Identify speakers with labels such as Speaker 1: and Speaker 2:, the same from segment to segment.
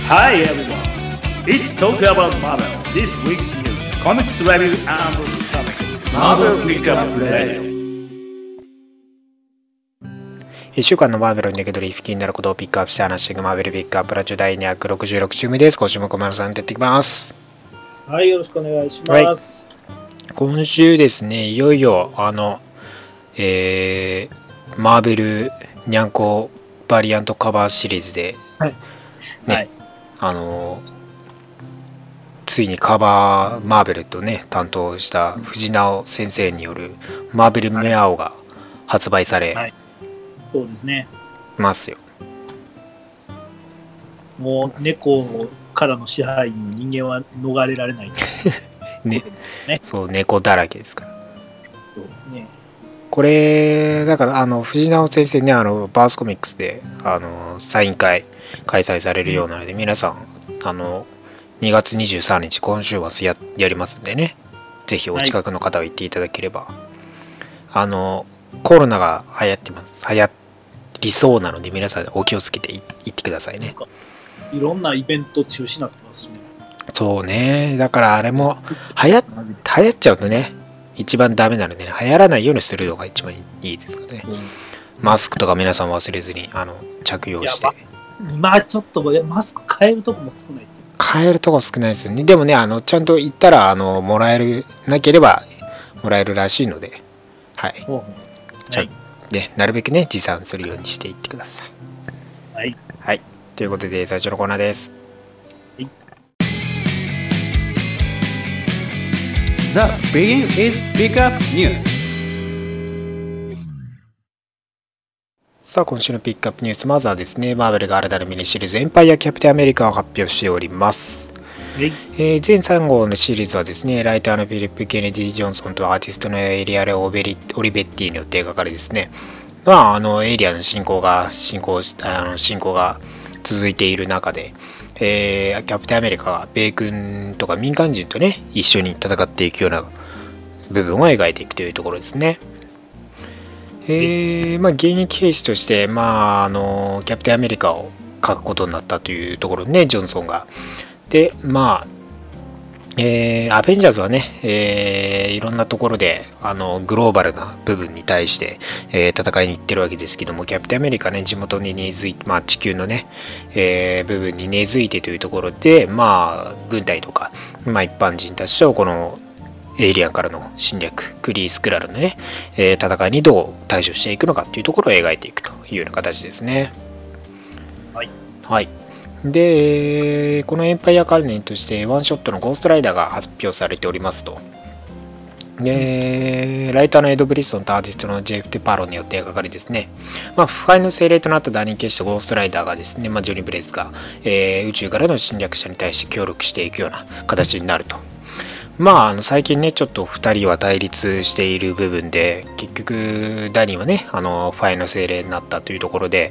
Speaker 1: Hi everyone, it's talk about Marvel. This week's news, comics review and topics. Marvel Pickup Radio.
Speaker 2: 1週間のマーベルに受け取り、気になることをピックアップして話していくマーベルピックアップラジオ第266週目です。今週も小丸さんとやっていきます。
Speaker 3: はい、よろしくお願いします。
Speaker 2: はい、今週ですね、いよいよマーベルニャンコバリアントカバーシリーズで、
Speaker 3: はい
Speaker 2: ね、はい、ついにカバーマーベルとね担当した藤直先生によるマーベルメアオが発売され、
Speaker 3: はい、そうですね。
Speaker 2: ますよ。
Speaker 3: もう猫からの支配に人間は逃れられない
Speaker 2: ね、そう猫だらけですから。
Speaker 3: そうですね。
Speaker 2: これだから藤直先生ねバースコミックスでサイン会開催されるようなので、皆さん2月23日今週末 やりますんでね、ぜひお近くの方は行っていただければ、はい、コロナが流行りそうなので皆さんお気をつけて行ってくださいね。
Speaker 3: いろんなイベント中止になってますしね。
Speaker 2: そうね、だからあれも流行っちゃうとね一番ダメなので、ね、流行らないようにするのが一番いいですかね、マスクとか皆さん忘れずに着用して。
Speaker 3: まあちょっとマスク変えるとこも少ない。
Speaker 2: 変えるとこ少ないですよね。でもねちゃんと行ったらもらえるなければもらえるらしいので、はい、じゃあねなるべくね持参するようにしていってください。
Speaker 3: はい、
Speaker 2: はい、ということで最初のコーナーです。
Speaker 3: はい、
Speaker 4: The Begin is Pickup News。
Speaker 2: さあ今週のピックアップニュース、まずはですねマーベルが新たなミニシリーズエンパイアキャプテンアメリカを発表しております。全3号のシリーズはですねライターのフィリップ・ケネディ・ジョンソンとアーティストのエリアレ・オリベッティによって描かれですね、エイリアの進行が続いている中で、キャプテンアメリカが米軍とか民間人とね一緒に戦っていくような部分を描いていくというところですね。現役兵士として、キャプテンアメリカを書くことになったというところね、ジョンソンが。で、アベンジャーズはね、いろんなところでグローバルな部分に対して、戦いに行ってるわけですけども、キャプテンアメリカね、地元に根付いて、地球のね、部分に根付いてというところで、軍隊とか、一般人たちとこのエイリアンからの侵略、クリー・スクラルのね、戦いにどう対処していくのかっていうところを描いていくというような形ですね。
Speaker 3: はい。
Speaker 2: はい。で、このエンパイア関連としてワンショットのゴーストライダーが発表されておりますと。で、ライターのエド・ブリッソンとアーティストのジェフ・テパロによって描かれですね、腐敗の精霊となった第二結社ゴーストライダーがですね、ジョニー・ブレイズが、宇宙からの侵略者に対して協力していくような形になると。最近ねちょっと2人は対立している部分で、結局ダニーはねファイの精霊になったというところで、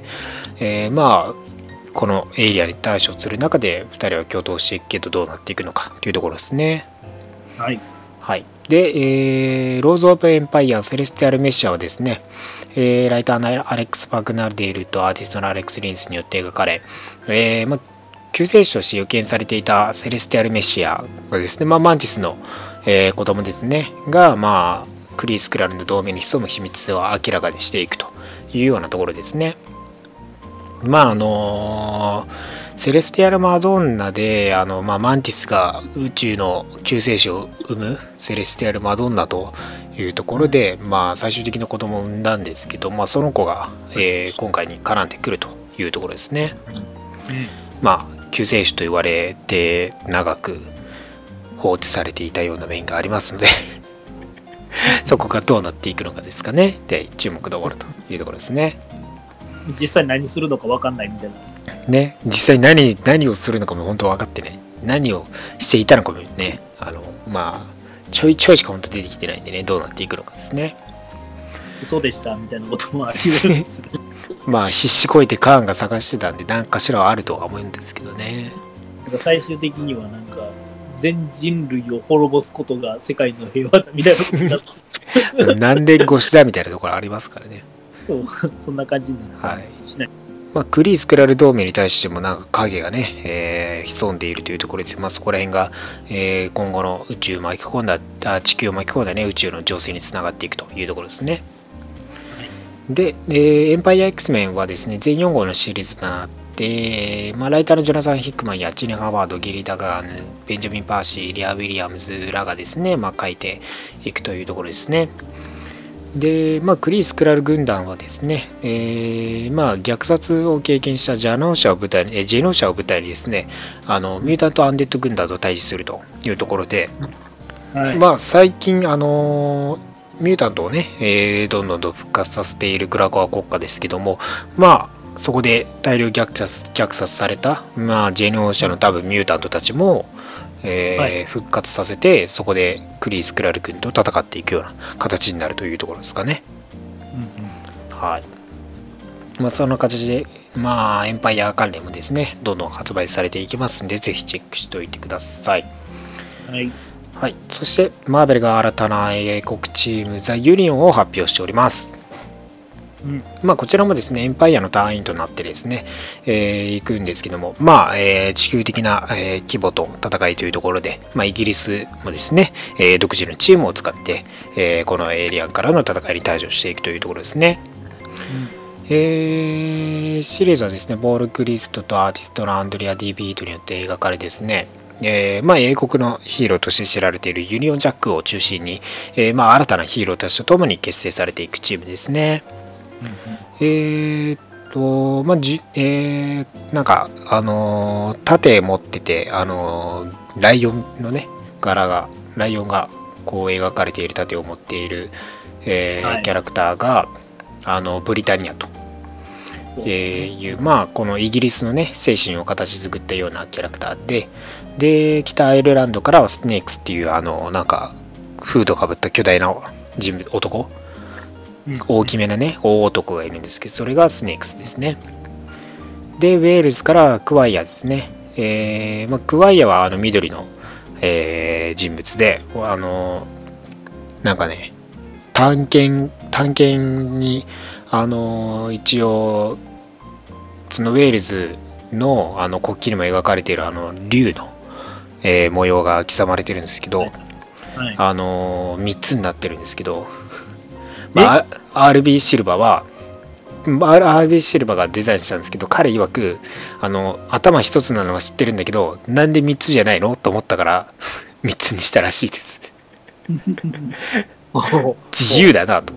Speaker 2: このエイリアに対処する中で2人は共闘していくけどどうなっていくのかというところですね。
Speaker 3: はい、
Speaker 2: はい、で、ローズ・オブ・エンパイアセレスティアル・メッシャーはですね、ライターのアレックス・パグナルデールとアーティストのアレックス・リンスによって描かれ、救世主として予見されていたセレスティアル・メシアがですね、マンティスの、子供ですねが、クリー・スクラルの同盟に潜む秘密を明らかにしていくというようなところですね。セレスティアル・マドンナでマンティスが宇宙の救世主を生むセレスティアル・マドンナというところで、最終的な子供を産んだんですけど、その子が、今回に絡んでくるというところですね。救世主と言われて長く放置されていたような面がありますのでそこがどうなっていくのかですかね。で注目どころというところですね。
Speaker 3: 実際何するのか分かんないみたいな
Speaker 2: ね、実際何をするのかも本当分かってね、何をしていたのかもね、ちょいちょいしか本当出てきてないんでね、どうなっていくのかですね。
Speaker 3: 嘘でしたみたいなこともあり得るんでする
Speaker 2: 必死こいてカーンが探してたんで何かしらはあるとは思うんですけどね。
Speaker 3: 最終的には全人類を滅ぼすことが世界の平和だみたいなことになって
Speaker 2: 何年越しだみたいなところありますからね。
Speaker 3: そんな感じになる、
Speaker 2: はい、
Speaker 3: しない。
Speaker 2: クリー・スクラル同盟に対してもなんか影がね、潜んでいるというところで、そこら辺が、今後の宇宙を巻き込んだ地球を巻き込んだ、ね、宇宙の情勢につながっていくというところですね。で、エンパイア X メンはですね、全4号のシリーズとなって、ライターのジョナサン・ヒックマンやチネ・ハワード、ゲリ・ダガーン、ベンジャミン・パーシー、リア・ウィリアムズらがですね、書いていくというところですね。で、クリー・スクラル軍団はですね、虐殺を経験したジェノーシャを舞台にですね、ミュータント・アンデッド軍団と対峙するというところで、最近、ミュータントをね、どんどん復活させているクラコア国家ですけども、そこで大量虐殺された、ジェノーシャの多分ミュータントたちも、復活させて、そこでクリー・スクラル軍と戦っていくような形になるというところですかね。はい。そんな形で、エンパイア関連もですね、どんどん発売されていきますんで、ぜひチェックしておいてください。はい。そして、マーベルが新たな英国チーム、ザ・ユニオンを発表しております。こちらもですね、エンパイアの隊員となってですね、行くんですけども、地球的な、規模と戦いというところで、イギリスもですね、独自のチームを使って、このエイリアンからの戦いに対処していくというところですね。シリーズはですね、ボール・クリストとアーティストのアンドリア・ディ・ビートによって描かれですね、英国のヒーローとして知られているユニオン・ジャックを中心に、新たなヒーローたちとともに結成されていくチームですね。なんか盾持っててライオンのねライオンがこう描かれている盾を持っている、キャラクターがブリタニアというこのイギリスのね精神を形作ったようなキャラクターで北アイルランドからはスネークスっていうなんかフードかぶった巨大な男大きめなね大男がいるんですけど、それがスネークスですね。でウェールズからクワイアですね。クワイアは緑の、人物でなんかね探検に一応そのウェールズの国旗にも描かれている竜の、模様が刻まれてるんですけど、3つになってるんですけど、RB シルバーがデザインしたんですけど、彼曰く頭一つなのは知ってるんだけど、なんで3つじゃないのと思ったから3つにしたらしいです自由だなと思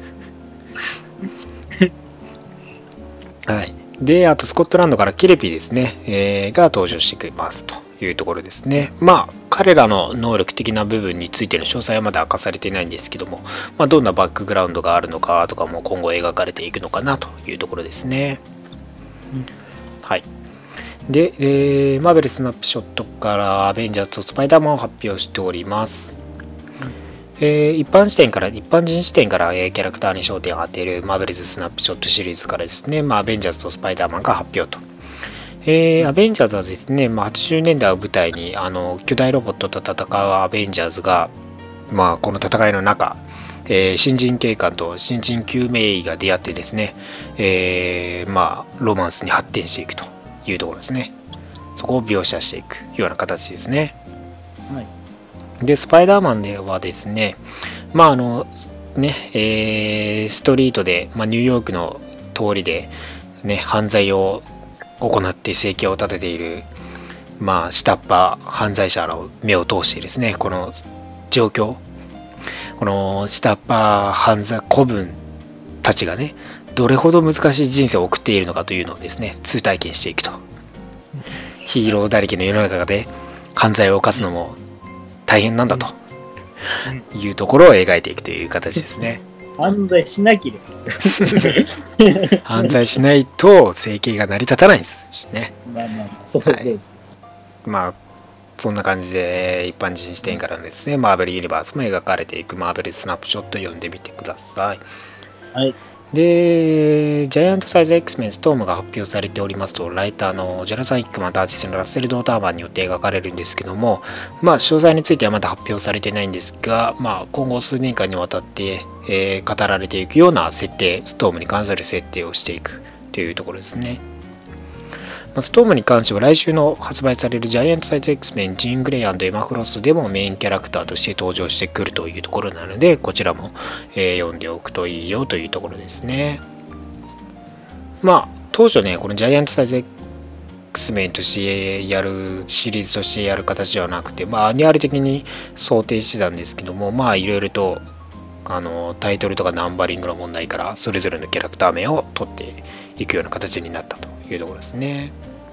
Speaker 2: ってはい。で、あとスコットランドからケレピーですね、が登場してくれますというところですね。彼らの能力的な部分についての詳細はまだ明かされていないんですけども、どんなバックグラウンドがあるのかとかも今後描かれていくのかなというところですね。はい。で、マーベルスナップショットからアベンジャーズとスパイダーマンを発表しております。一般人視点から、キャラクターに焦点を当てるマーベルズスナップショットシリーズからですね、アベンジャーズとスパイダーマンが発表と。アベンジャーズはですね、80年代を舞台に巨大ロボットと戦うアベンジャーズが、この戦いの中、新人警官と新人救命医が出会ってですね、ロマンスに発展していくというところですね。そこを描写していくような形ですね。で、スパイダーマンではですね、ストリートで、ニューヨークの通りで、犯罪を行って生計を立てている、下っ端犯罪者の目を通してですね、この状況、この下っ端犯罪子分たちがね、どれほど難しい人生を送っているのかというのをですね、痛体験していくと。ヒーローだらけの世の中で犯罪を犯すのも大変なんだというところを描いていくという形ですね。
Speaker 3: 犯罪しなけれ
Speaker 2: ば犯罪しないと生計が成り立たないんですしね。
Speaker 3: そうです、
Speaker 2: そんな感じで一般人視点からのですね、マーベルユニバースも描かれていくマーベルスナップショットを読んでみてください。で、ジャイアントサイズ X メンストームが発表されておりますと、ライターのジョナサン・ヒックマンとアーティストのラッセル・ドーターマンによって描かれるんですけども、詳細についてはまだ発表されてないんですが、今後数年間にわたって、語られていくような設定、ストームに関する設定をしていくというところですね。 ストームに関しては来週の発売されるジャイアントサイズ X メンジン・グレイ&エマ・フロストでもメインキャラクターとして登場してくるというところなので、こちらも、読んでおくといいよというところですね。当初ね、このジャイアントサイズ X メンとしてやるシリーズとしてやる形ではなくて、アニュアル的に想定してたんですけども、いろいろとタイトルとかナンバリングの問題からそれぞれのキャラクター名を取っていくような形になったというところですね。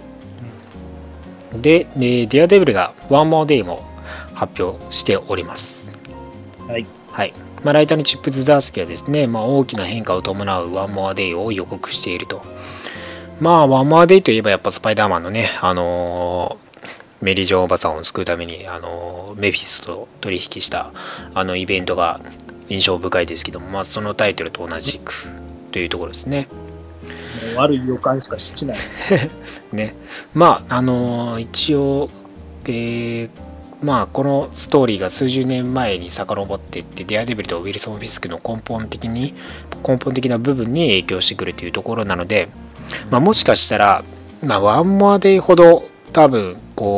Speaker 2: で、デアデビルがワンモアデイも発表しております。
Speaker 3: はい。
Speaker 2: はい。ライターのチップ・ズダースキはですね、大きな変化を伴うワンモアデイを予告していると。ワンモアデイといえばやっぱスパイダーマンのね、メリー・ジョンおばさんを救うために、メフィスと取引したイベントが印象深いですけども、そのタイトルと同じくというところですね。
Speaker 3: もう悪い予感しかしない。
Speaker 2: ね。一応、このストーリーが数十年前に遡っていって、デアデビルとウィルソン・フィスクの根本的な部分に影響してくるというところなので、もしかしたら、ワンモアデイほど多分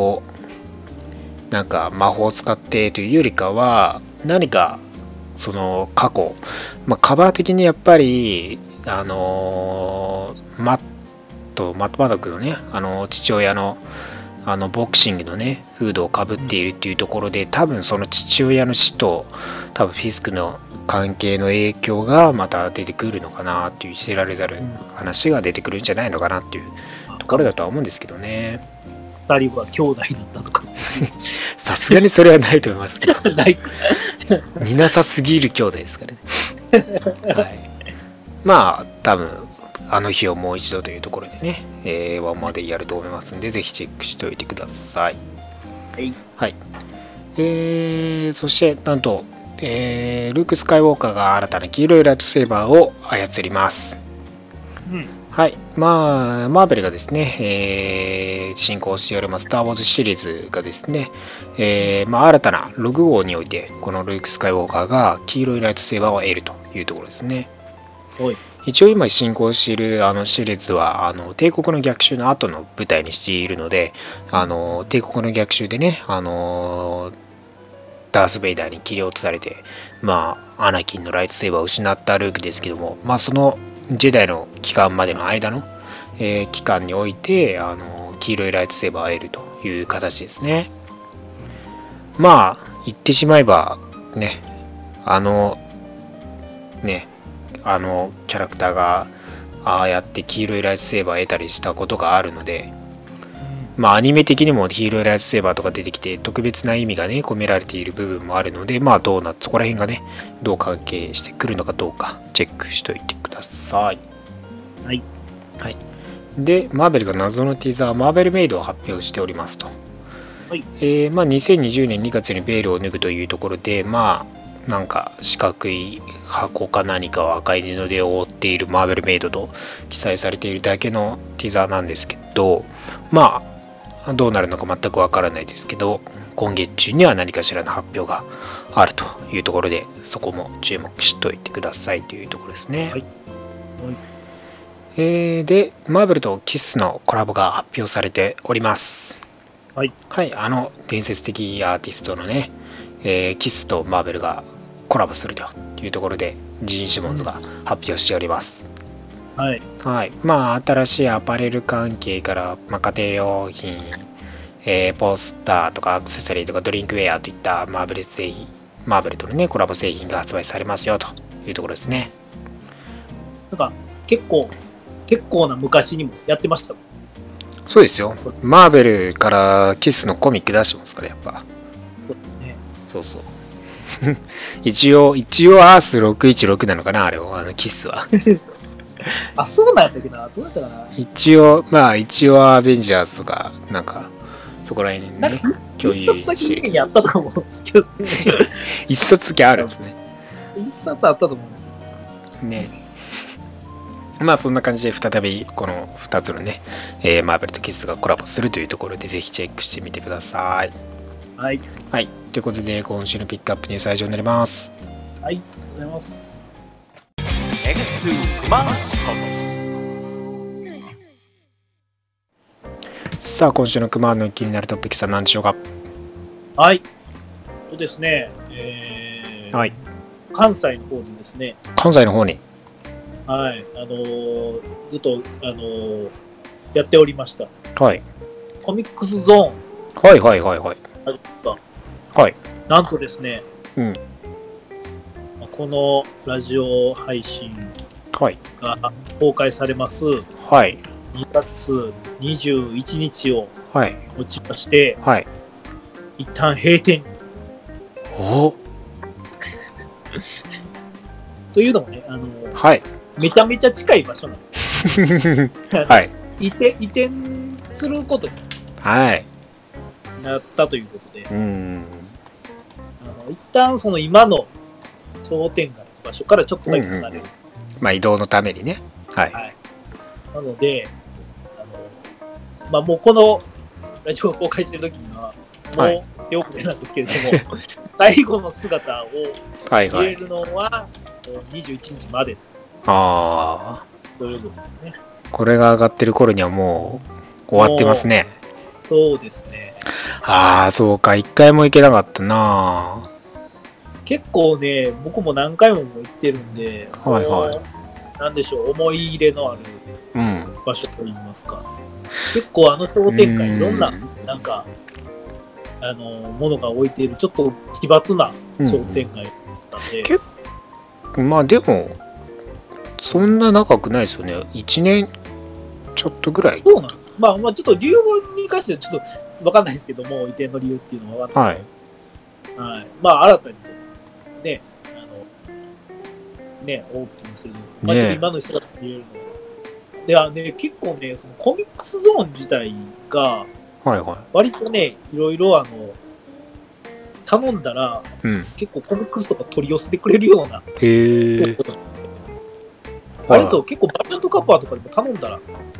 Speaker 2: なんか魔法を使ってというよりかは、何かその過去、カバー的にやっぱりマット・マドックのね、父親のボクシングのねフードをかぶっているっていうところで、多分その父親の死と多分フィスクの関係の影響がまた出てくるのかなっていう、知られざる話が出てくるんじゃないのかなっていうところだとは思うんですけどね。
Speaker 3: 2人は兄弟だったとか
Speaker 2: さすがにそれはないと思いますけど
Speaker 3: ない
Speaker 2: 似なさすぎる兄弟ですからね。はい。多分あの日をもう一度というところでね、ワンマでやると思いますんで、ぜひチェックしておいてください。はい。そしてなんと、ルーク・スカイウォーカーが新たな黄色いライトセーバーを操ります。はい。マーベルがですね、進行しておりますスター・ウォーズシリーズがですね、新たな6号においてこのルーク・スカイウォーカーが黄色いライトセーバーを得るというところですね。一応今進行しているシリーズは帝国の逆襲の後の舞台にしているので、帝国の逆襲でね、ダース・ベイダーに切り落とされて、アナキンのライトセーバーを失ったルークですけども、そのジェダイの期間までの間の、期間において黄色いライトセーバーを得るという形ですね。言ってしまえばね、キャラクターがああやって黄色いライトセーバーを得たりしたことがあるので、アニメ的にも黄色いライトセーバーとか出てきて特別な意味がね込められている部分もあるので、そこら辺がねどう関係してくるのかどうかチェックしておいてください。
Speaker 3: はい。
Speaker 2: で、マーベルが謎のティザーマーベルメイドを発表しておりますと。
Speaker 3: はい。
Speaker 2: 2020年2月にベールを脱ぐというところで、なんか四角い箱か何かを赤い布で覆っているマーベルメイドと記載されているだけのティザーなんですけど、どうなるのか全くわからないですけど、今月中には何かしらの発表があるというところで、そこも注目しておいてくださいというところですね。で、マーベルとキスのコラボが発表されております。はい。伝説的アーティストのね、キスとマーベルがコラボするというところで、ジーン・シモンズが発表しております。はい。新しいアパレル関係から、家庭用品、ポスターとかアクセサリーとかドリンクウェアといったマーベルとのねコラボ製品が発売されますよというところですね。
Speaker 3: なんか結構な昔にもやってましたもん。
Speaker 2: そうですよ。マーベルからキスのコミック出してますから、やっぱ。そうそう。一応アース616なのかな、あれをキスは。
Speaker 3: そうなんだけどな、どうだったかな。
Speaker 2: 一応アベンジャーズとかなんかそこら辺にね
Speaker 3: 共有して。一冊だけ家にあったと思うんですけど、
Speaker 2: 一冊だけあるんですね。
Speaker 3: 一冊あったと思うんです
Speaker 2: ね。そんな感じで再びこの2つのね、マーベルとキスがコラボするというところで、ぜひチェックしてみてください。はい。ということで今週のピックアップニュースは以上になります。
Speaker 3: はい、ありがとうございます。
Speaker 1: X2 クマンス
Speaker 2: さあ今週のクマの気になるトピックスは何でしょうか。
Speaker 3: はい。とですね、
Speaker 2: はい。
Speaker 3: 関西の方でですね、
Speaker 2: 関西の方に。
Speaker 3: はい、ずっと、やっておりました。
Speaker 2: はい。
Speaker 3: コミックスゾ
Speaker 2: はいはいはいはい。
Speaker 3: ーン。
Speaker 2: はい。
Speaker 3: なんとですね、
Speaker 2: うん。
Speaker 3: このラジオ配信
Speaker 2: はい。
Speaker 3: が公開されます、
Speaker 2: はい。
Speaker 3: 2月21日を
Speaker 2: はい。
Speaker 3: もちまして、
Speaker 2: はい。
Speaker 3: 一旦閉店。
Speaker 2: お
Speaker 3: というのもね、
Speaker 2: はい。
Speaker 3: めちゃめちゃ近い場所なんで
Speaker 2: はい。
Speaker 3: 移転することに
Speaker 2: はい。
Speaker 3: なったということで、
Speaker 2: 一
Speaker 3: 一旦その今の商店街の場所からちょっとだけ離れる。
Speaker 2: まあ移動のためにね。はい。
Speaker 3: はい、なので、まあもうこのラジオを公開してる時には、もう手遅れなんですけれども、最後の姿を入れるのは21日までということですね。
Speaker 2: これが上がってる頃にはもう終わってますね。
Speaker 3: そうですね。
Speaker 2: ああ、そうか。一回も行けなかったな。
Speaker 3: 結構ね、僕も何回も行ってるんで、
Speaker 2: はいはい。
Speaker 3: なんでしょう、思い入れのある場所といいますか。結構商店街いろんな、なんか、ものが置いている、ちょっと奇抜な商店街だったんで。
Speaker 2: まあでも、そんな長くないですよね。1年ちょっとぐらい。
Speaker 3: そうなの。まあちょっと理由に関してはちょっとわかんないですけども、移転の理由っていうのはわかんない。はい。まあ新たにね、オープンするの。まあちょっと今の人が見えるの。で、結構ね、そのコミックスゾーン自体が、割とね、いろいろ頼んだら、結構コミックスとか取り寄せてくれるような。あれそう、結構バリアントカッパーとかでも頼んだら。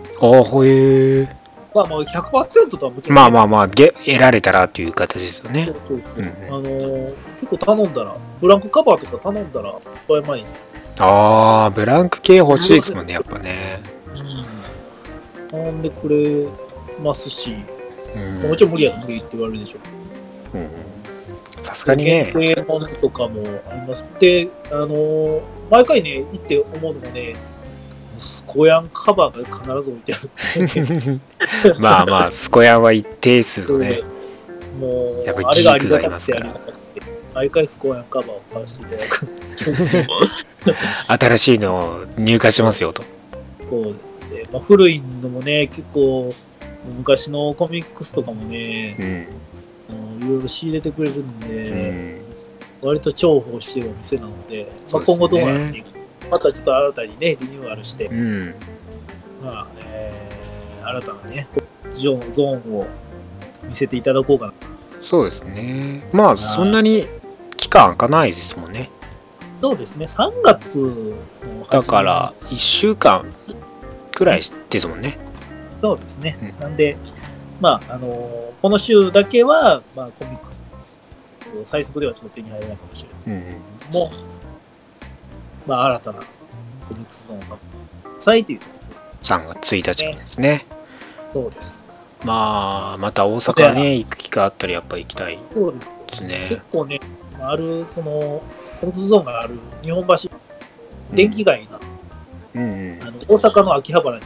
Speaker 3: まあ100% とはもちろん。
Speaker 2: まあ、得られたらという形ですよね。
Speaker 3: そうですね。結構頼んだら、ブランクカバーとか頼んだら、倍前に。
Speaker 2: ああ、ブランク系欲しいですもんね、やっぱね。
Speaker 3: 頼んでくれますし、もちろん無理やと無理って言われるでしょう。
Speaker 2: さすがにね。
Speaker 3: 限定ものとかもあります。で、毎回ね、行って思うのがね、スコヤンカバーが必ず置いてある。
Speaker 2: まあまあ、スコヤンは一定数のね、
Speaker 3: もう、
Speaker 2: やっぱギークがいますから。
Speaker 3: 毎回スコヤンカバーを買わせていただくんですけど
Speaker 2: 新しいのを入荷しますよと。
Speaker 3: そうですね。まあ、古いのもね、結構、昔のコミックスとかもね、いろいろ仕入れてくれるんで、割と重宝してるお店なので、まあ、今後どうなっていくか、またちょっと新たにね、リニューアルして、まあ、新たなね、ゾーンを見せていただこうかな。
Speaker 2: そうですね。まあ、そんなに期間空かないですもんね。
Speaker 3: そうですね、3月の
Speaker 2: だから、1週間くらいですもんね。
Speaker 3: そうですね。なんで、まあ、この週だけは、まあ、コミックス、最速ではちょっと手に入らないかもしれない。もう、まあ、新たなコミックスゾーンが最というところ。
Speaker 2: 3月1日ですね。
Speaker 3: そうです。
Speaker 2: まあ、また大阪ね、行く機会あったらやっぱ行きたいですね。
Speaker 3: 結構ね、その、コミックスゾーンがある日本橋、電気街が、大阪の秋葉原に、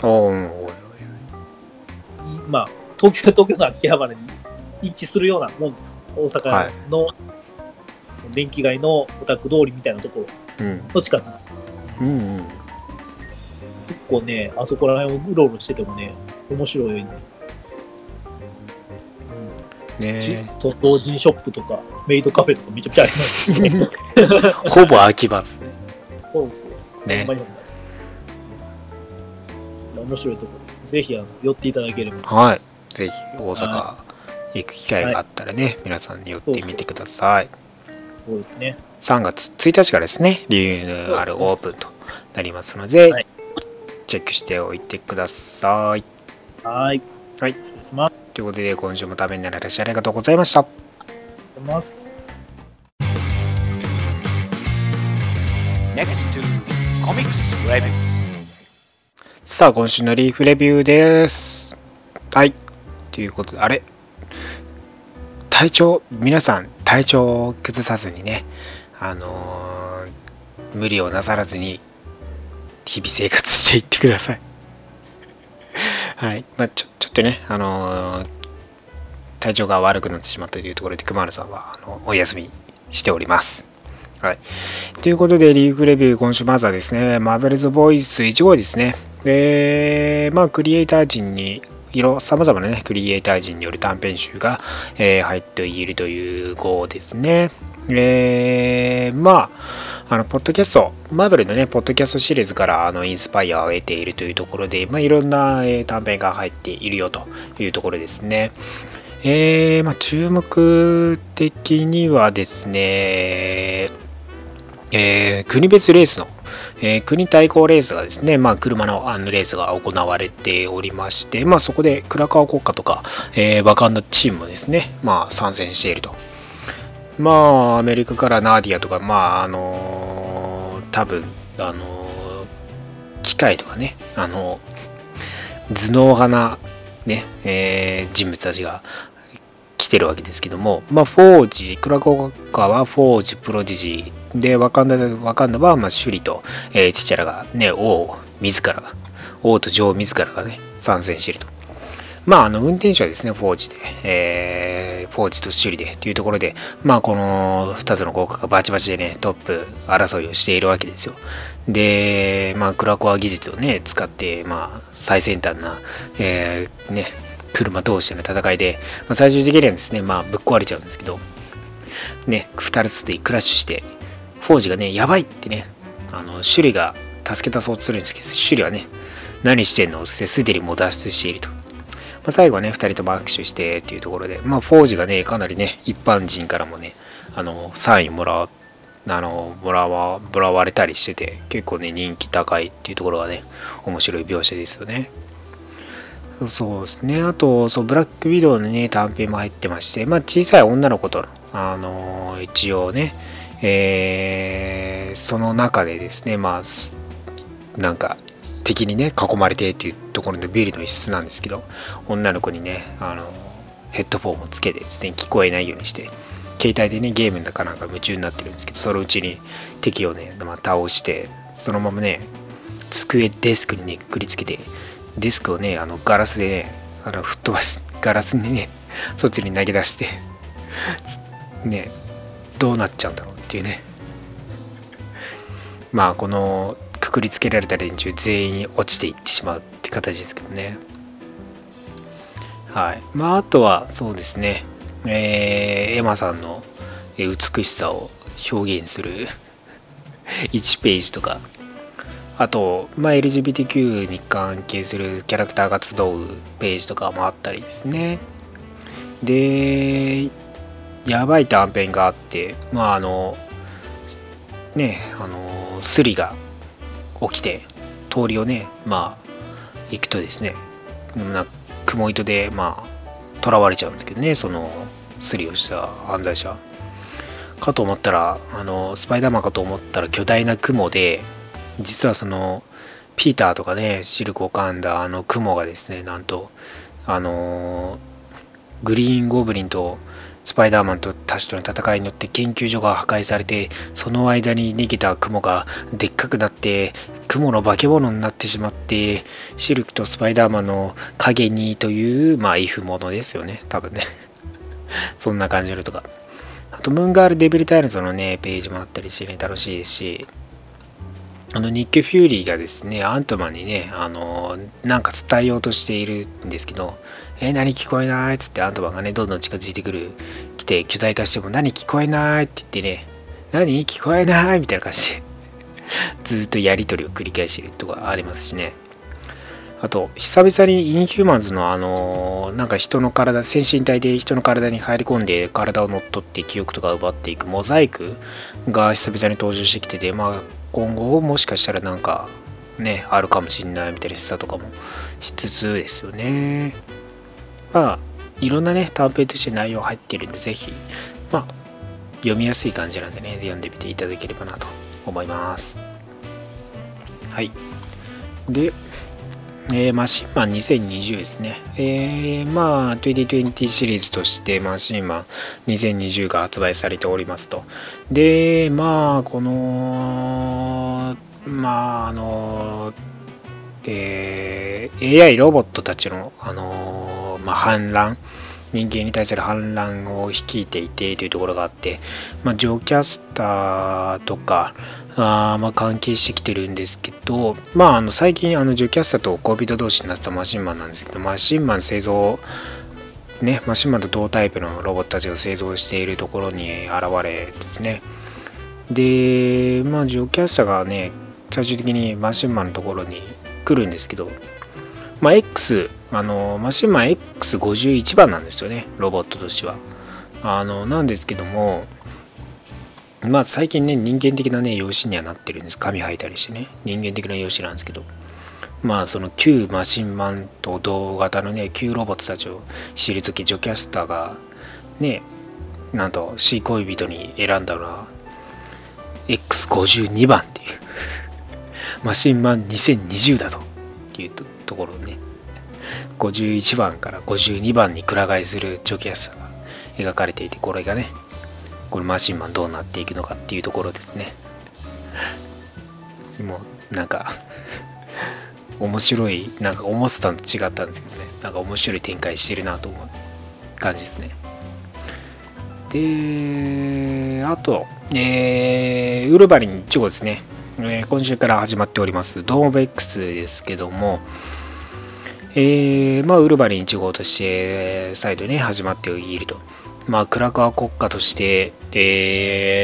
Speaker 3: まあ、東京の秋葉原に位置するようなもんです。大阪の電気街のオタク通りみたいなところの近く。結構ね、あそこら辺をうろうろしててもね、面白い同人ショップとか、メイドカフェとかめちゃくちゃありますし、
Speaker 2: ほぼ秋葉ですね。
Speaker 3: そうですね。面白いところです。ぜひ寄っていただければ。
Speaker 2: はい。ぜひ大阪行く機会があったらね、皆さんに寄ってみてください。
Speaker 3: そうですね。
Speaker 2: 3月1日からですね、リニューアルオープンとなりますので、チェックしておいてください。
Speaker 3: はい。
Speaker 2: はい。ということで、今週もためになられてありがとうございました。さあ、今週のリーフレビューです。はい。 ということで、皆さん体調を崩さずにね、無理をなさらずに日々生活していってください。はい。ちょっとね、体調が悪くなってしまったというところで、熊野さんはお休みしております。はい。ということで、リーグレビュー、今週まずはですね、マーベルズボイス1号ですね。クリエイター陣に、様々なね、クリエイター陣による短編集が、入っているという号ですね。ポッドキャスト、マーベルのね、ポッドキャストシリーズからインスパイアを得ているというところで、いろんな、短編が入っているよというところですね。注目的にはですね、国別レースの、国対抗レースがですね、車のレースが行われておりまして、そこでクラカワ国家とか、ワカンダチームもですね、参戦していると。アメリカからナーディアとか、多分、機械とかね、頭脳派な、ね、人物たちが来てるわけですけども、フォージ、クラカワ国家はフォージ、プロディジー、で、ワカンダは、シュリと、ティチャラがね、王と女王自らがね、参戦していると。運転手はですね、フォージとシュリでというところで、この2つの国家がバチバチでね、トップ争いをしているわけですよ。で、クラコア技術をね、使って、最先端な、車同士の戦いで、最終的にはですね、ぶっ壊れちゃうんですけど、ね、2つでクラッシュして、フォージがね、やばいってね、シュリが助け出そうとするんですけど、シュリはね、何してんのってすでにもう脱出していると。最後はね、2人とも握手してっていうところで、フォージがね、かなりね、一般人からもね、サインもらわれたりしてて、結構ね、人気高いっていうところがね、面白い描写ですよね。そうですね。あと、ブラックウィドウのね、短編も入ってまして、小さい女の子と、一応ね、その中でですね、なんか敵にね囲まれてっていうところのビルの一室なんですけど、女の子にねヘッドフォンをつけてですね、聞こえないようにして携帯でねゲームだかなんか夢中になってるんですけど、そのうちに敵をね、倒して、そのままねデスクにねくくりつけて、デスクをねガラスでね吹っ飛ばし、ガラスにねそっちに投げ出してね、どうなっちゃうんだろうっていうね。このくくりつけられた連中全員落ちていってしまうって形ですけどね。はい。あとはそうですね、エマさんの美しさを表現する1ページとか、あと、LGBTQ に関係するキャラクターが集うページとかもあったりですね。で、やばい短編があって、スリが起きて通りをね行くとですね、雲糸で囚われちゃうんですけどね、そのスリをした犯罪者かと思ったら、スパイダーマンかと思ったら巨大な雲で、実はそのピーターとかねシルクを噛んだ雲がですね、なんとグリーンゴブリンとスパイダーマンとたちとの戦いによって研究所が破壊されて、その間に逃げた雲がでっかくなって雲の化け物になってしまって、シルクとスパイダーマンの影にというイフものですよね、多分ねそんな感じのとか、あとムーンガールデビルタイルズのねページもあったりしてね、楽しいですし、ニック・フューリーがですねアントマンにねなんか伝えようとしているんですけど、何聞こえないっつってアントマンがねどんどん近づいてきて巨大化しても何聞こえないって言ってね、何聞こえないみたいな感じでずっとやり取りを繰り返しているとかありますしね。あと久々にインヒューマンズのなんか人の体、先進体で人の体に入り込んで体を乗っ取って記憶とか奪っていくモザイクが久々に登場してきてて、今後もしかしたらなんかねあるかもしれないみたいな示唆とかもしつつですよね。いろんなね短編として内容入っているんで、ぜひ読みやすい感じなんでね読んでみていただければなと思います。はい。でマシンマン2020ですね。まあ、2020シリーズとしてマシンマン2020が発売されておりますと。で、まあ、この、まあ、AI ロボットたちの、まあ、反乱、人間に対する反乱を率いていてというところがあって、まあ、ジョーキャスターとか、まあ、関係してきてるんですけど、まあ、最近ジョーキャスターと恋人同士になったマシンマンなんですけど、マシンマン製造ね、マシンマンと同タイプのロボットたちが製造しているところに現れですね。で、まあ、ジョーキャスターがね、最終的にマシンマンのところに来るんですけど、まあ、マシンマン X51 番なんですよね、ロボットとしては。なんですけども、まあ最近ね、人間的なね、容姿にはなってるんです。髪生えたりしてね、人間的な容姿なんですけど、まあその旧マシンマンと同型のね、旧ロボットたちを退き、ジョキャスターがね、なんと C 恋人に選んだのは X52 番っていうマシンマン2020だというところをね、51番から52番にくら替えするジョキャスターが描かれていて、これがね、これマシンマンどうなっていくのかっていうところですね。もうなんか面白い、なんか思ってたのと違ったんですけどね、なんか面白い展開してるなと思う感じですね。で、あと、ウルヴァリン1号ですね。今週から始まっておりますドームオブ X ですけども、まあウルヴァリン1号として再度ね始まっていると。まあクラクワ国家として、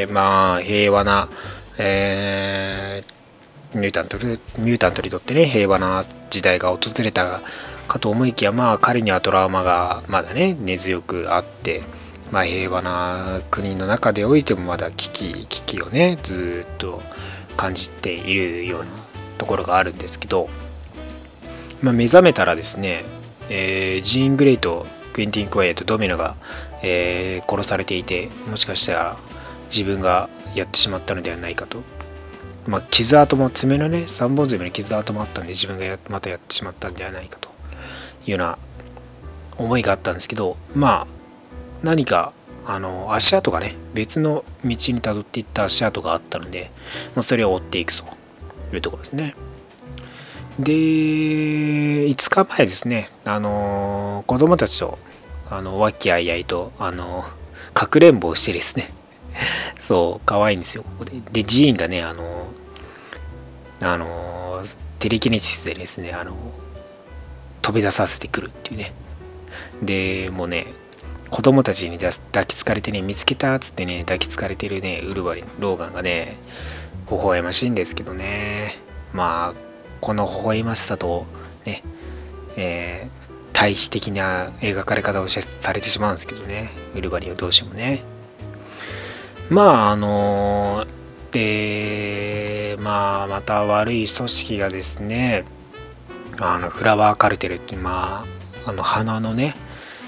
Speaker 2: まあ平和な、ミュータントにとってね平和な時代が訪れたかと思いきや、まあ彼にはトラウマがまだね根強くあって、まあ平和な国の中でおいてもまだ危機をねずっと感じているようなところがあるんですけど、まあ、目覚めたらですね、ジーン・グレイとクエンティン・クワイエット、ドミノが、殺されていて、もしかしたら自分がやってしまったのではないかと。まあ、傷跡も爪のね3本爪の傷跡もあったんで、自分がまたやってしまったんではないかというような思いがあったんですけど、まあ何か足跡がね別の道に辿っていった足跡があったので、まあ、それを追っていくというところですね。で、5日前ですね、子供たちと和気あいあいとかくれんぼをしてですねそう可愛いんですよここで。でジーンがねテレキネシスでですね飛び出させてくるっていうね。でもうね子供たちに抱きつかれてね、見つけたっつってね抱きつかれてるねウルヴァリンローガンがね微笑ましいんですけどね、まあこの微笑ましさとね、対比的な描かれ方をされてしまうんですけどね、ウルヴァリンをどうしてもね。まあでまあまた悪い組織がですねフラワーカルテルっていう、まあ花のね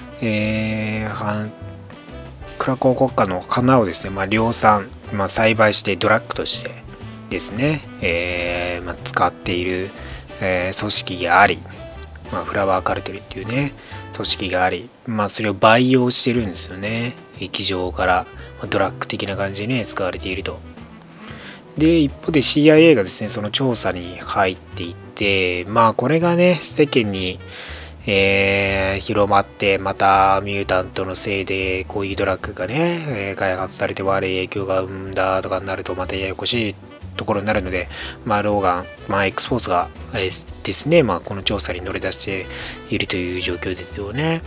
Speaker 2: クラコー国家の花をですね、まあ、量産、まあ、栽培してドラッグとしてですね、まあ、使っている、組織があり、まあ、フラワーカルテルっていうね組織があり、まあ、それを培養してるんですよね。液状から、まあ、ドラッグ的な感じでね使われていると。で一方で CIA がですねその調査に入っていって、まあこれがね世間に広まって、またミュータントのせいでこういうドラッグがね、開発されて悪い影響が生んだとかになるとまたややこしいところになるので、まあローガン、まあ X フォースがですね、まあこの調査に乗り出しているという状況ですよね。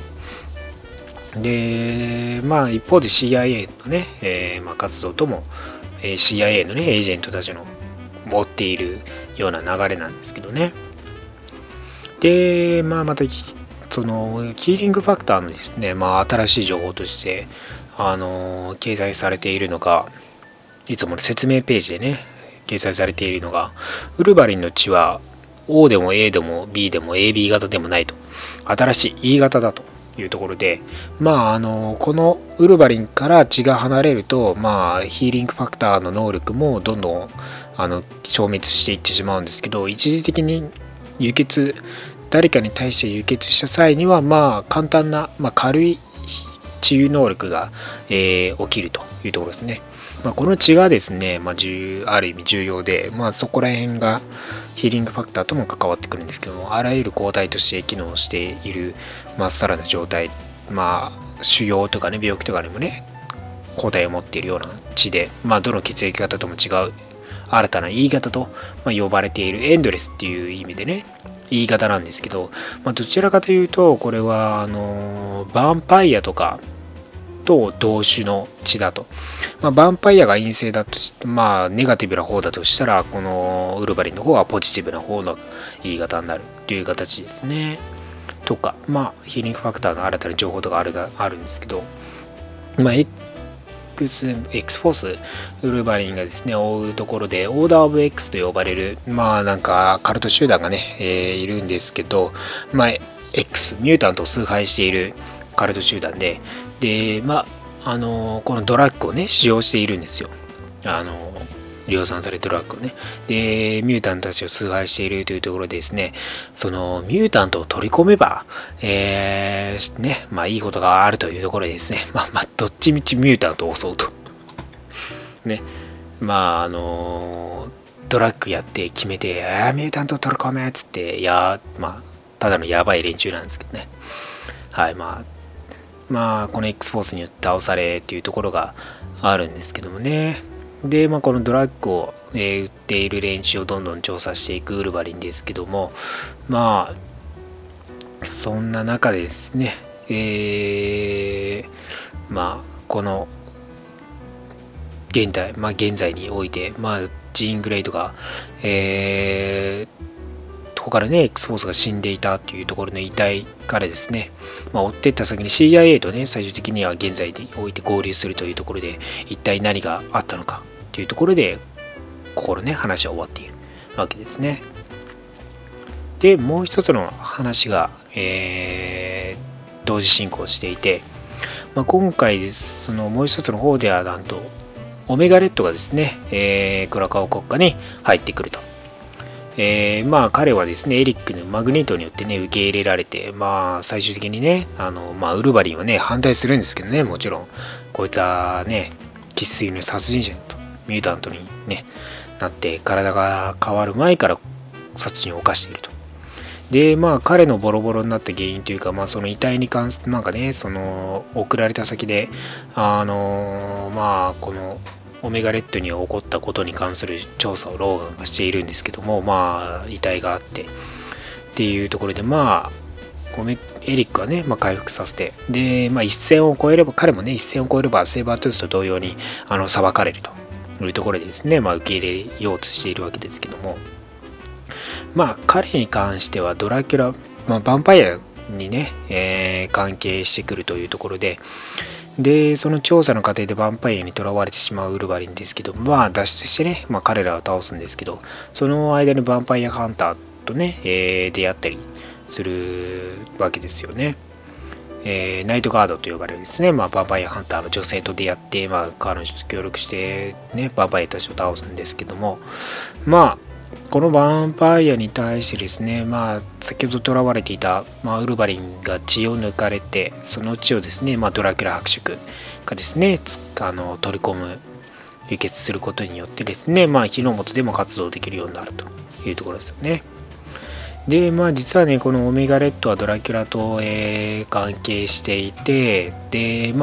Speaker 2: でまあ一方で CIA のね、まあ、活動とも、CIA のねエージェントたちの追っているような流れなんですけどね。で、まあ、またそのキーリングファクターのですね、まあ、新しい情報として掲載されているのが、いつもの説明ページでね掲載されているのが、ウルヴァリンの血は O でも A でも B でも AB 型でもないと、新しい E 型だというところで、まあこのウルヴァリンから血が離れると、まあヒーリングファクターの能力もどんどん消滅していってしまうんですけど、一時的に輸血誰かに対して輸血した際には簡単な、軽い治癒能力が、起きるというところですね。この血がですね、ある意味重要で、そこら辺がヒーリングファクターとも関わってくるんですけども、あらゆる抗体として機能しているまっさらな状態、腫瘍とかね、病気とかにもね、抗体を持っているような血で、どの血液型とも違う新たな E 型と呼ばれているエンドレスっていう意味でね、E 型なんですけど、どちらかというと、これはヴァンパイアとかと同種の血だと。ヴァンパイアが陰性だとして、ネガティブな方だとしたら、このウルヴァリンの方はポジティブな方の E 型になるという形ですね。とか、ヒーリングファクターの新たな情報とかあるんですけど、X フォースウルヴァリンがですね、追うところで、オーダーオブ X と呼ばれる、カルト集団がね、いるんですけど、X、ミュータントを崇拝しているカルト集団で、このドラッグをね、使用しているんですよ。量産されてるドラッグをね。で、ミュータントたちを崇拝しているというところでですね、そのミュータントを取り込めば、いいことがあるというところでですね、どっちみちミュータントを襲うと。ね。ドラッグやって決めて、ミュータントを取り込めっつって、ただのやばい連中なんですけどね。はい、この X フォースによって倒されっていうところがあるんですけどもね。で、このドラッグを、売っている連中をどんどん調査していくウルヴァリンですけども、そんな中でですね、この現在において、ジーン・グレイドが、他でね、X フォースが死んでいたというところの遺体からですね、追っていった先に CIA とね、最終的には現在において合流するというところで、一体何があったのかというところで、ここのね、話は終わっているわけですね。で、もう一つの話が、同時進行していて、今回そのもう一つの方ではなんと、オメガレッドがですね、クラカオ国家に入ってくると。彼はですね、エリックのマグネートによってね、受け入れられて、最終的にね、ウルヴァリンはね、反対するんですけどね、もちろん、こいつはね、生粋の殺人者と、ミュータントにね、なって、体が変わる前から殺人を犯していると。で、彼のボロボロになった原因というか、その遺体に関して、その、送られた先で、この、オメガレッドに起こったことに関する調査をローガンがしているんですけども、遺体があってっていうところで、エリックはね、回復させて、で、一線を越えれば、彼もね、一線を越えれば、セーバートゥースと同様に裁かれるというところでですね、受け入れようとしているわけですけども、彼に関してはドラキュラ、ヴァンパイアにね、関係してくるというところで、その調査の過程でヴァンパイアに囚われてしまうウルヴァリンですけど、脱出してね、彼らを倒すんですけど、その間にヴァンパイアハンターとね、出会ったりするわけですよね。ナイトガードと呼ばれるですね、ヴァンパイアハンターの女性と出会って、彼女と協力して、ね、ヴァンパイアたちを倒すんですけども、このヴァンパイアに対してですね、先ほど囚われていた、ウルヴァリンが血を抜かれて、その血をですね、ドラキュラ伯爵がですね、取り込む、輸血することによってですね、火の元でも活動できるようになるというところですよね。で、実はね、このオメガレッドはドラキュラと、関係していて、で、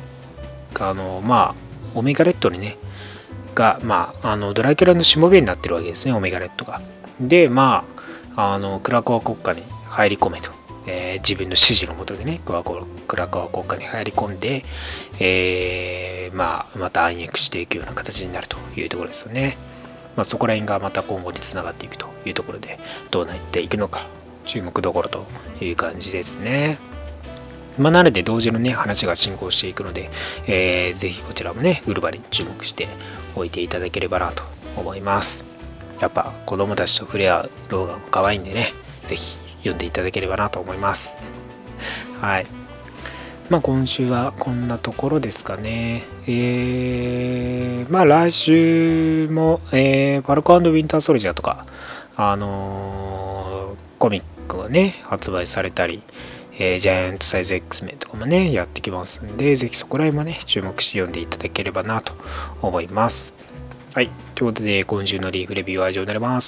Speaker 2: オメガレッドにね、が、ドラキュラのしもべになってるわけですね、オメガレッドが。で、クラコア国家に入り込めと。自分の指示のもとでね、クラコア国家に入り込んで、また暗躍していくような形になるというところですよね。そこら辺がまた今後につながっていくというところで、どうなっていくのか、注目どころという感じですね。なので同時のね、話が進行していくので、ぜひこちらもね、ウルヴァリン注目しておいていただければなと思います。やっぱ子供たちと触れ合うローガンも可愛いんでね、ぜひ読んでいただければなと思います。はい。今週はこんなところですかね。来週も、ファルコ&ウィンターソルジャーとか、コミックがね発売されたり、ジャイアントサイズ X メンとかもねやってきますんで、ぜひそこら辺もね注目して読んでいただければなと思います。はい、ということで今週のリーグレビューは以上になります。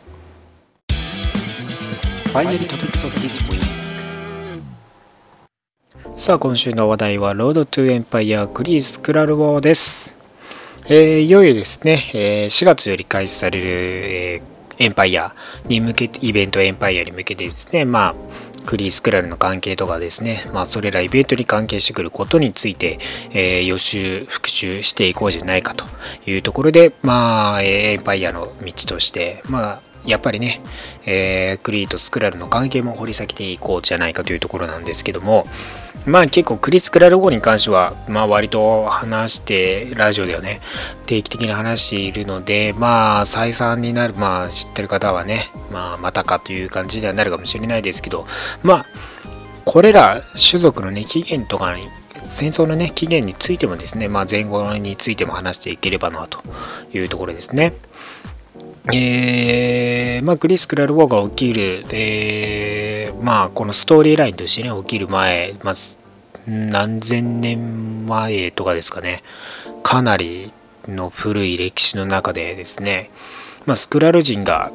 Speaker 2: さあ今週の話題はロードトゥエンパイアクリースクラルウォーです。いよいよですね、4月より開始される、エンパイアに向けてイベントエンパイアに向けてですね、クリースクラルの関係とかですね、それらイベントに関係してくることについて、予習復習していこうじゃないかというところで、エンパイアの道としてやっぱりね、クリーとスクラルの関係も掘り下げていこうじゃないかというところなんですけども、結構クリースクラル号に関しては割と話してラジオではね定期的に話しているので、再三になる、知ってる方はねまたかという感じにはなるかもしれないですけど、これら種族のね起源とかに戦争のね起源についてもですね、前後についても話していければなというところですね。クリースクラルウォーが起きる、このストーリーラインとしてね起きる前、まず何千年前とかですかね、かなりの古い歴史の中でですね、スクラル人が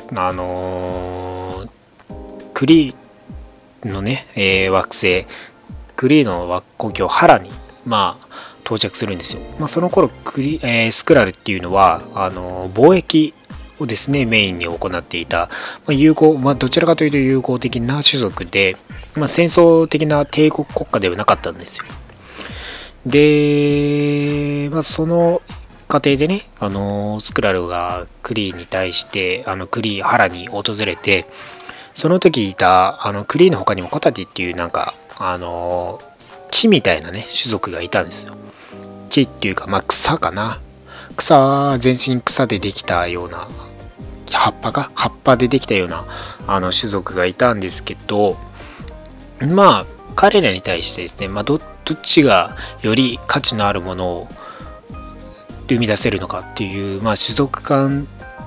Speaker 2: クリーのね、惑星クリーの故郷ハラに到着するんですよ。その頃スクラルっていうのは貿易をですねメインに行っていた、どちらかというと友好的な種族で、戦争的な帝国国家ではなかったんですよ。で、その過程でねスクラルがクリーに対してクリーハラに訪れて、その時いたクリーの他にもコタティっていう木みたいなね種族がいたんですよ。木っていうか草かな、全身草でできたような葉っぱでできたような種族がいたんですけど、彼らに対してですね、どっちがより価値のあるものを生み出せるのかっていう、種族間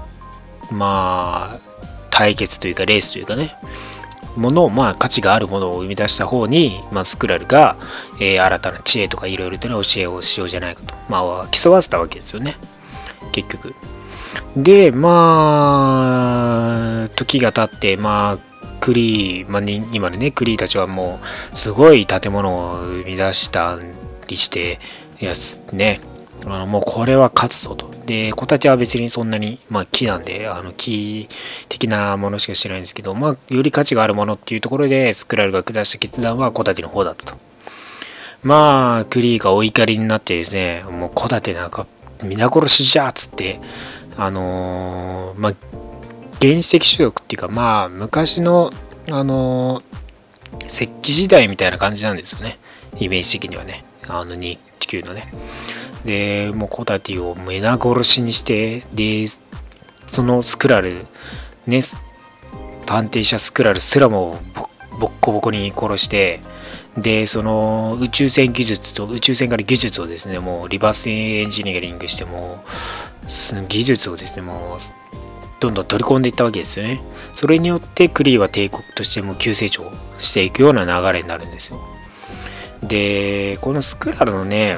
Speaker 2: 対決というかレースというかね価値があるものを生み出した方に、スクラルが、新たな知恵とかいろいろとね教えをしようじゃないかと、競わせたわけですよね結局。で時が経ってクリー、今のねクリーたちはもうすごい建物を生み出したりしてね、もうこれは勝つぞと。でコタティは別にそんなに木なんで木的なものしか知らないんですけど、より価値があるものっていうところでスクラルが下した決断はコタティの方だったと。クリーがお怒りになってですね、もうコタテなんか皆殺しじゃっつって、原始的種族っていうか昔の石器時代みたいな感じなんですよね、イメージ的にはね、地球のね。でもうコタティを皆殺しにして、でそのスクラルね探偵者スクラルすらもボッコボコに殺して、でその宇宙船から技術をですねもうリバースエンジニアリングしても技術をですねもうどんどん取り込んでいったわけですよね。それによってクリーは帝国としても急成長していくような流れになるんですよ。でこのスクラルのね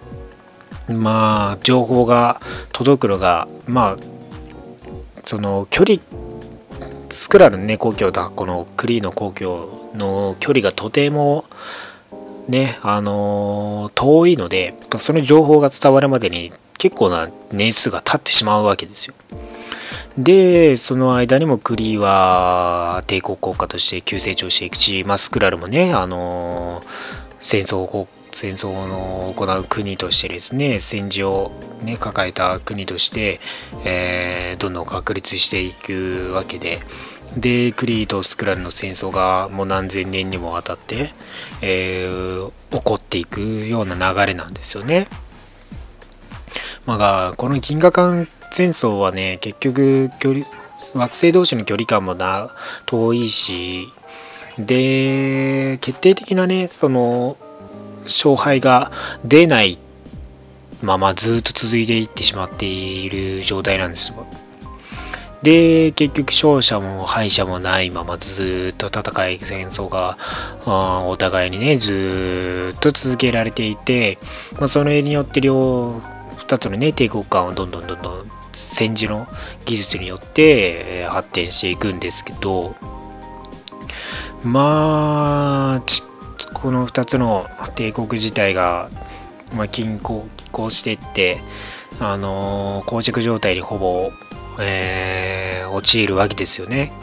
Speaker 2: 情報が届くのがその距離スクラルのね故郷だこのクリーの故郷の距離がとてもね遠いので、その情報が伝わるまでに結構な年数が経ってしまうわけですよ。でその間にもクリーは帝国国家として急成長していくし、スクラルもね戦争を行う国としてですね、戦時を、ね、抱えた国として、どんどん確立していくわけで、クリーとスクラルの戦争がもう何千年にもわたって、起こっていくような流れなんですよね。この銀河間戦争はね結局惑星同士の距離感も遠いし、で決定的なねその勝敗が出ないままずっと続いていってしまっている状態なんですよ。 で、結局勝者も敗者もないままずっと戦い、戦争がお互いにね、ずっと続けられていて、それによって2つのね、帝国間をどんどん戦時の技術によって発展していくんですけど、この2つの帝国自体が、均衡していって、膠着状態にほぼ、陥るわけですよね。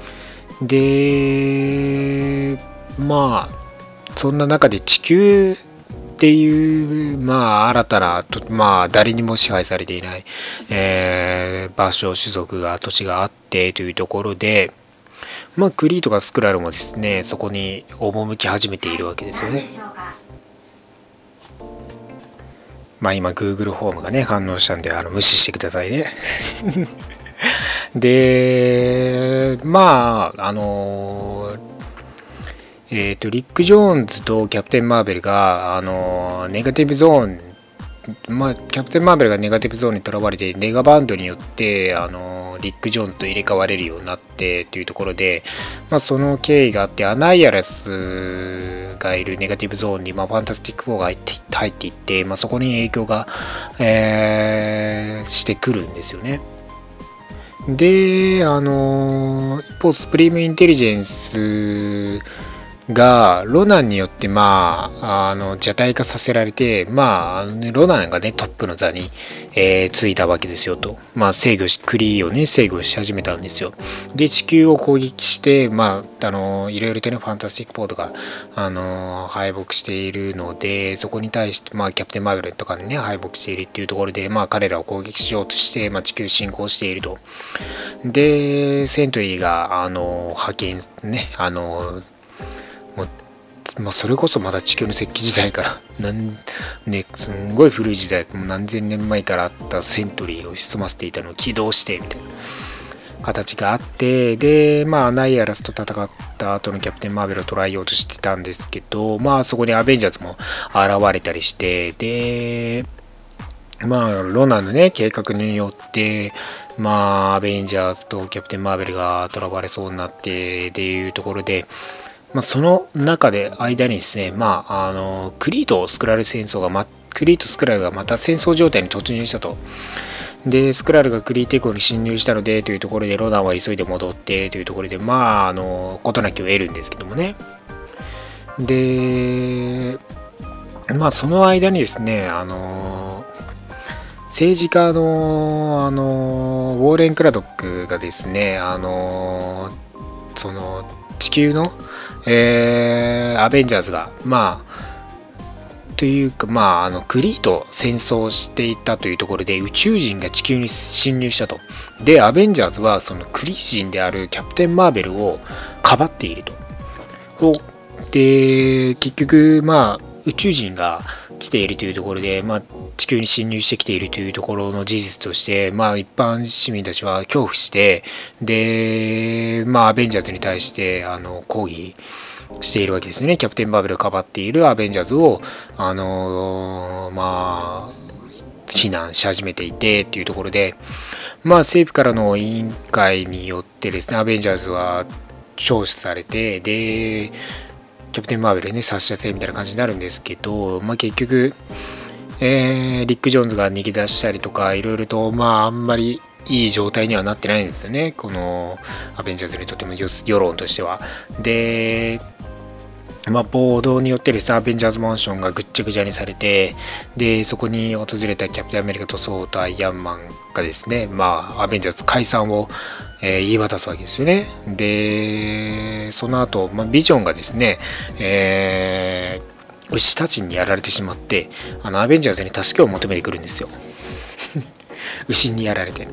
Speaker 2: で、そんな中で地球っていう、新たな、誰にも支配されていない、場所、種族が、土地があってというところで、クリーとかスクラルもですね、そこに赴き始めているわけですよね。今 Google ホームがね反応したんで無視してくださいね。でリック・ジョーンズとキャプテン・マーベルがネガティブゾーン、キャプテン・マーベルがネガティブゾーンにとらわれてネガバンドによってリック・ジョーンズと入れ替われるようになってというところで、その経緯があってアナイアラスがいるネガティブゾーンに、ファンタスティック4が入っていって、そこに影響が、してくるんですよね。で、一方スプリームインテリジェンスがロナンによって邪体化させられて、ロナンがねトップの座に、ついたわけですよと、クリーをね制御し始めたんですよ。で地球を攻撃して、いろいろとねファンタスティック4とか敗北しているので、そこに対してキャプテンマーベルとかにね敗北しているっていうところで、彼らを攻撃しようとして、地球侵攻していると。でセントリーが派遣ねそれこそまだ地球の石器時代からすんごい古い時代、何千年前からあったセントリーを潜ませていたのを起動してみたいな形があって、でアナイアラスと戦った後のキャプテンマーベルを捉えようとしてたんですけど、そこにアベンジャーズも現れたりして、でロナンのね計画によってアベンジャーズとキャプテンマーベルが囚われそうになってっていうところで、その中で間にですね、クリーとスクラルがまた戦争状態に突入したと。でスクラルがクリー帝国に侵入したのでというところでロナンは急いで戻ってというところで事なきを得るんですけどもね。でその間にですね政治家のウォーレン・クラドックがですねその地球のアベンジャーズがというかクリーと戦争していたというところで宇宙人が地球に侵入したと。でアベンジャーズはそのクリー人であるキャプテンマーベルをかばっていると。で結局宇宙人が来ているというところで、地球に侵入してきているというところの事実として、一般市民たちは恐怖して、で、アベンジャーズに対して抗議しているわけですね。キャプテンマーベルをかばっているアベンジャーズを非難し始めていてというところで、政府からの委員会によってですね、アベンジャーズは聴取されて、でキャプテンマーベルね差し出せみたいな感じになるんですけど、結局、リック・ジョーンズが逃げ出したりとかいろいろとあんまりいい状態にはなってないんですよね、このアベンジャーズにとっても世論としては。で暴動によってですねアベンジャーズマンションがぐっちゃぐちゃにされて、でそこに訪れたキャプテンアメリカとソーとアイアンマンがですねアベンジャーズ解散を言い渡すわけですよね。でその後、ビジョンがですね、牛たちにやられてしまってアベンジャーズに助けを求めてくるんですよ牛にやられて。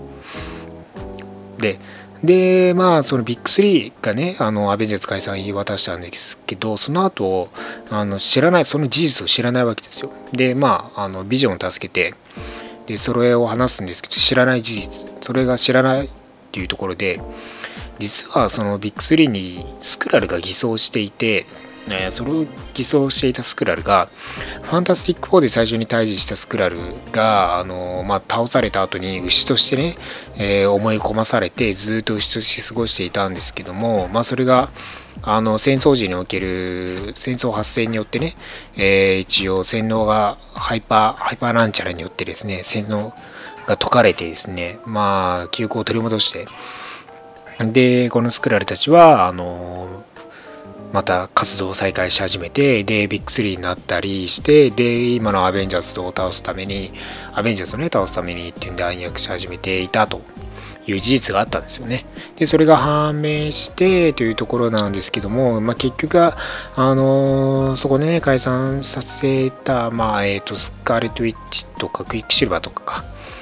Speaker 2: でそのビッグ3がねアベンジャーズ解散を言い渡したんですけど、その後知らない、その事実を知らないわけですよ。でビジョンを助けて、でそれを話すんですけど、知らない事実、それが知らないっていうところで、実はそのビッグ3にスクラルが偽装していて、 それを偽装していたスクラルがファンタスティック4で最初に対峙したスクラルが倒された後に牛としてね、思い込まされてずっと牛として過ごしていたんですけども、それが戦争時における戦争発生によってね、一応洗脳がハイパーなんちゃらによってですね、洗脳が解かれてですね、記憶を取り戻して、でこのスクラルたちはまた活動を再開し始めて、でビッグ3になったりして、で今のアベンジャーズを倒すためにっていうんで暗躍し始めていたという事実があったんですよね。でそれが判明してというところなんですけども、結局はそこでね解散させた、スカーレット・ウィッチとかクイックシルバーとか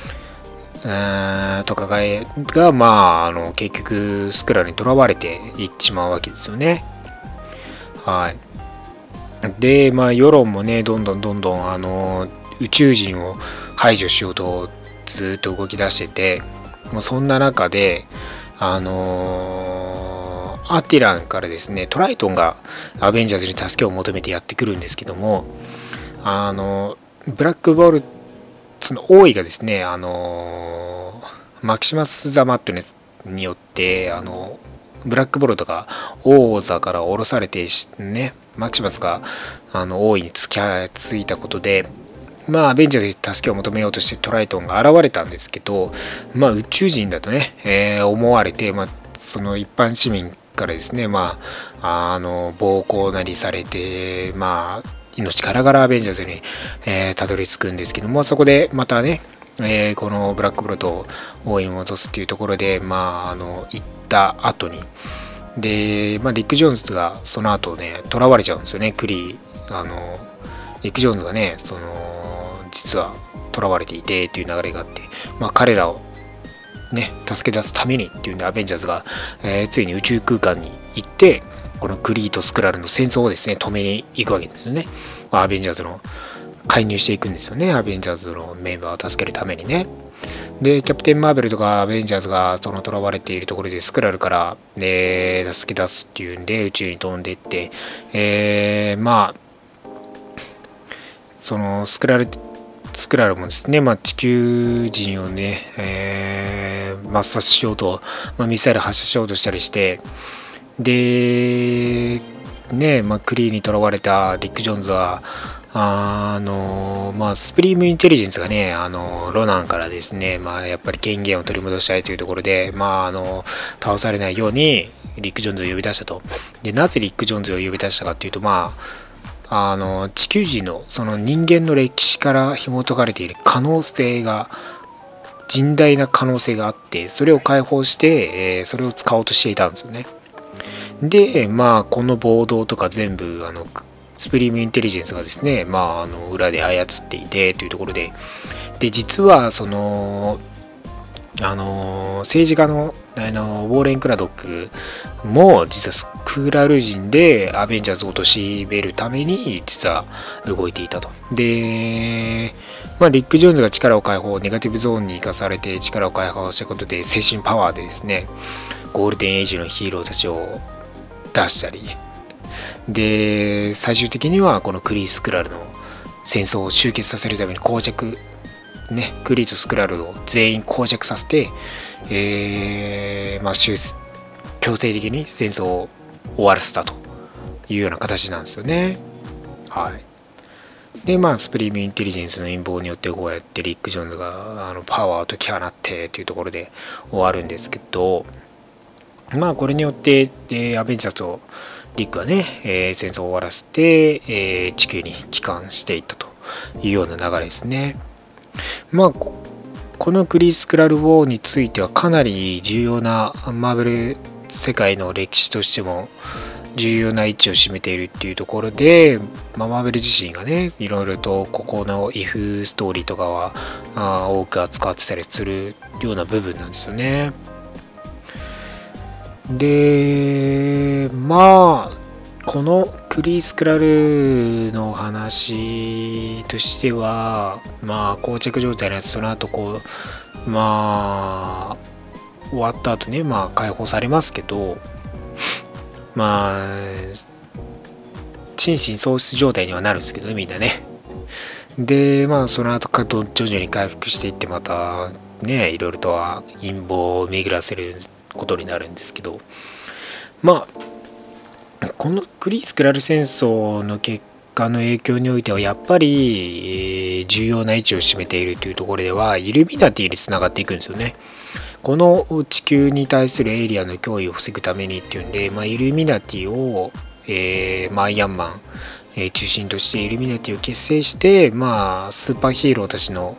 Speaker 2: が結局スクラルにとらわれていっちまうわけですよね。はい。で世論もねどんどん宇宙人を排除しようとずっと動き出してて、そんな中でアティランからですねトライトンがアベンジャーズに助けを求めてやってくるんですけども、ブラックボルツの王位がですねマキシマス・ザ・マットネスによってブラックボルトが王座から降ろされてね、マキシマスが王位についたことで、アベンジャーズに助けを求めようとしてトライトンが現れたんですけど、宇宙人だとね、思われて、その一般市民からですね、暴行なりされて、命からがらアベンジャーズに、たどり着くんですけども、そこでまたね、このブラックボルトを王位に戻すっていうところで、行った後にで、リック・ジョーンズがその後ね囚われちゃうんですよね。リック・ジョーンズがね実は囚われていてっていう流れがあって、彼らをね助け出すためにっていうんでアベンジャーズが、ついに宇宙空間に行ってこのクリーとスクラルの戦争をですね止めに行くわけですよね。アベンジャーズの介入していくんですよね。アベンジャーズのメンバーを助けるためにね。でキャプテン・マーベルとかアベンジャーズがその囚われているところでスクラルから、助け出すっていうんで宇宙に飛んでいって、そのスクラルもですね、地球人をね、抹殺しようと、ミサイル発射しようとしたりして、でクリーに囚われたリック・ジョーンズはスプリームインテリジェンスがねロナンからですねやっぱり権限を取り戻したいというところで倒されないようにリック・ジョーンズを呼び出したと。でなぜリック・ジョーンズを呼び出したかというと地球人のその人間の歴史から紐解かれている甚大な可能性があって、それを解放して、それを使おうとしていたんですよね。でこの暴動とか全部スプリームインテリジェンスがですね裏で操っていてというところで、実はその政治家のウォーレン・クラドックも実はスクラル人でアベンジャーズを貶めるために実は動いていたと。でリック・ジョーンズが力を解放、ネガティブゾーンに生かされて力を解放したことで精神パワーでですねゴールデンエイジのヒーローたちを出したりで、最終的にはこのクリー・スクラルの戦争を終結させるためにクリーとスクラルを全員膠着させて、強制的に戦争を終わらせたというような形なんですよね。はい。でスプリームインテリジェンスの陰謀によってこうやってリック・ジョーンズがパワーを解き放ってというところで終わるんですけど、これによってアベンジャーズとリックはね、戦争を終わらせて、地球に帰還していったというような流れですね。このクリー・スクラル・ウォーについてはかなり重要なマーベル世界の歴史としても重要な位置を占めているっていうところで、マーベル自身がねいろいろとここの If ストーリーとかは多く扱ってたりするような部分なんですよね。でこのクリー・スクラルの話としては膠着状態のやつその後終わった後ね解放されますけど心神喪失状態にはなるんですけどね、みんなね。で、まあ、その後かと徐々に回復していって、また、ね、いろいろとは陰謀を巡らせることになるんですけど、まあ、このクリー・スクラル戦争の結果の影響においては、やっぱり、重要な位置を占めているというところでは、イルミナティにつながっていくんですよね。この地球に対するエイリアンの脅威を防ぐためにっていうんで、まあ、イルミナティを、アイアンマン、中心としてイルミナティを結成して、まあ、スーパーヒーローたちの、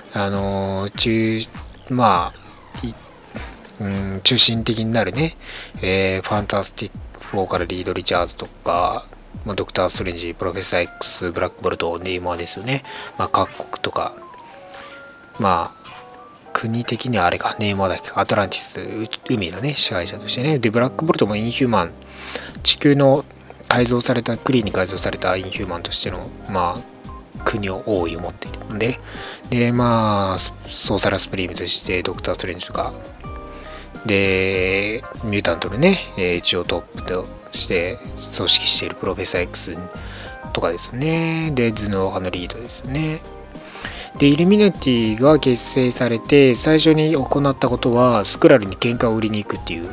Speaker 2: 中心的になるね、ファンタスティック4からリード・リチャーズとか、まあ、ドクター・ストレンジ、プロフェッサー X、ブラックボルト、ネイマーですよね。まあ、各国とか、まあ、国的にはあれか、ネイマーだっけ、アトランティス、海のね、支配者としてね。で、ブラックボルトもインヒューマン、地球の改造された、クリーンに改造されたインヒューマンとしての、まあ、国を王位を持っているので、で、まあ、ソーサラスプリームとして、ドクター・ストレンジとか、で、ミュータントのね、一応トップとして組織しているプロフェッサー X とかですね。で、頭脳派のリードですね。で、イルミナティが結成されて、最初に行ったことは、スクラルに喧嘩を売りに行くっていう。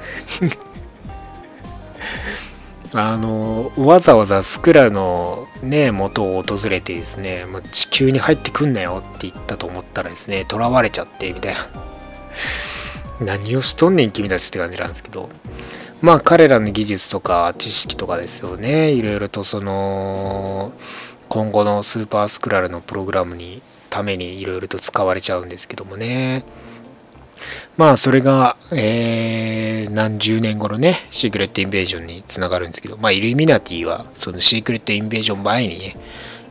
Speaker 2: わざわざスクラルのね、元を訪れてですね、もう地球に入ってくんなよって言ったと思ったらですね、囚われちゃって、みたいな。何をしとんねん君たちって感じなんですけど、まあ彼らの技術とか知識とかですよね、いろいろとその今後のスーパースクラルのプログラムにためにいろいろと使われちゃうんですけどもね。まあそれが、何十年後のねシークレットインベージョンにつながるんですけど、まあイルミナティはそのシークレットインベージョン前にね、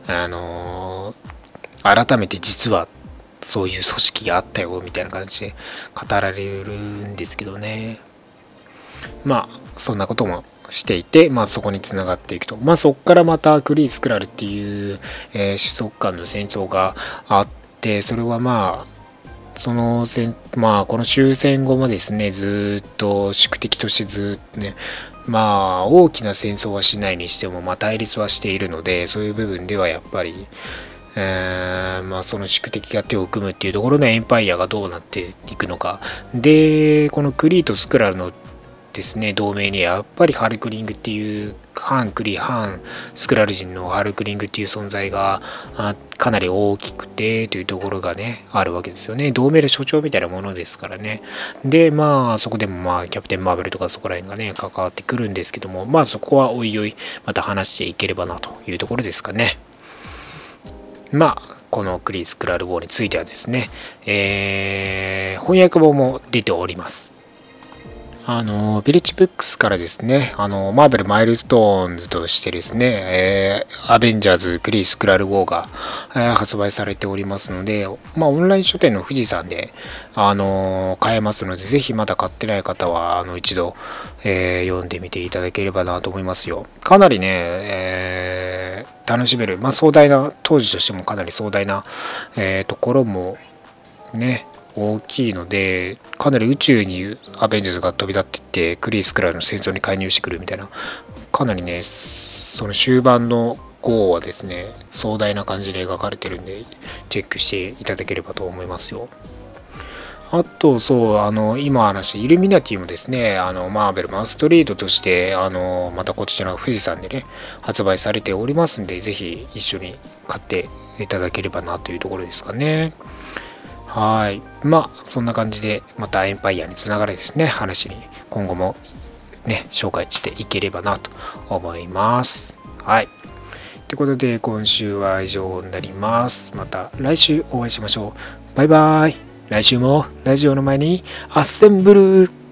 Speaker 2: 改めて実はそういう組織があったよみたいな感じで語られるんですけどね。まあそんなこともしていて、まあそこにつながっていくと、まあそこからまたクリー・スクラルっていう、種族間の戦争があって、それはまあこの終戦後もですね、ずっと宿敵としてずっとね、まあ大きな戦争はしないにしても、まあ対立はしているので、そういう部分ではやっぱりまあその宿敵が手を組むっていうところのエンパイアがどうなっていくのかで、このクリーとスクラルのですね同盟にやっぱりハルクリングっていう反クリ反スクラル人のハルクリングっていう存在がかなり大きくてというところがねあるわけですよね。同盟の象徴みたいなものですからね。でまあそこでもまあキャプテンマーベルとかそこら辺がね関わってくるんですけども、まあそこはおいおいまた話していければなというところですかね。まあこのクリー・スクラル・ウォーについてはですね、翻訳本も出ております。ビレッジブックスからですね、マーベルマイルストーンズとしてですね、アベンジャーズクリー・スクラル・ウォーが、発売されておりますので、まあ、オンライン書店の富士山で、買えますので、ぜひまだ買ってない方は、一度、読んでみていただければなと思いますよ。かなりね、楽しめる、まあ、壮大な、当時としてもかなり壮大な、ところもね、大きいので、かなり宇宙にアベンジャーズが飛び立っていってクリー・スクラルの戦争に介入してくるみたいな、かなりねその終盤の号はですね壮大な感じで描かれてるんでチェックしていただければと思いますよ。あとそう今話したイルミナティもですねマーベルマストリートとしてまたこちら富士山でね発売されておりますんで、ぜひ一緒に買っていただければなというところですかね。はい。まあ、そんな感じで、またエンパイアにつながるですね、話に今後もね、紹介していければなと思います。はい。ということで、今週は以上になります。また来週お会いしましょう。バイバイ。来週もラジオの前にアッセンブルー。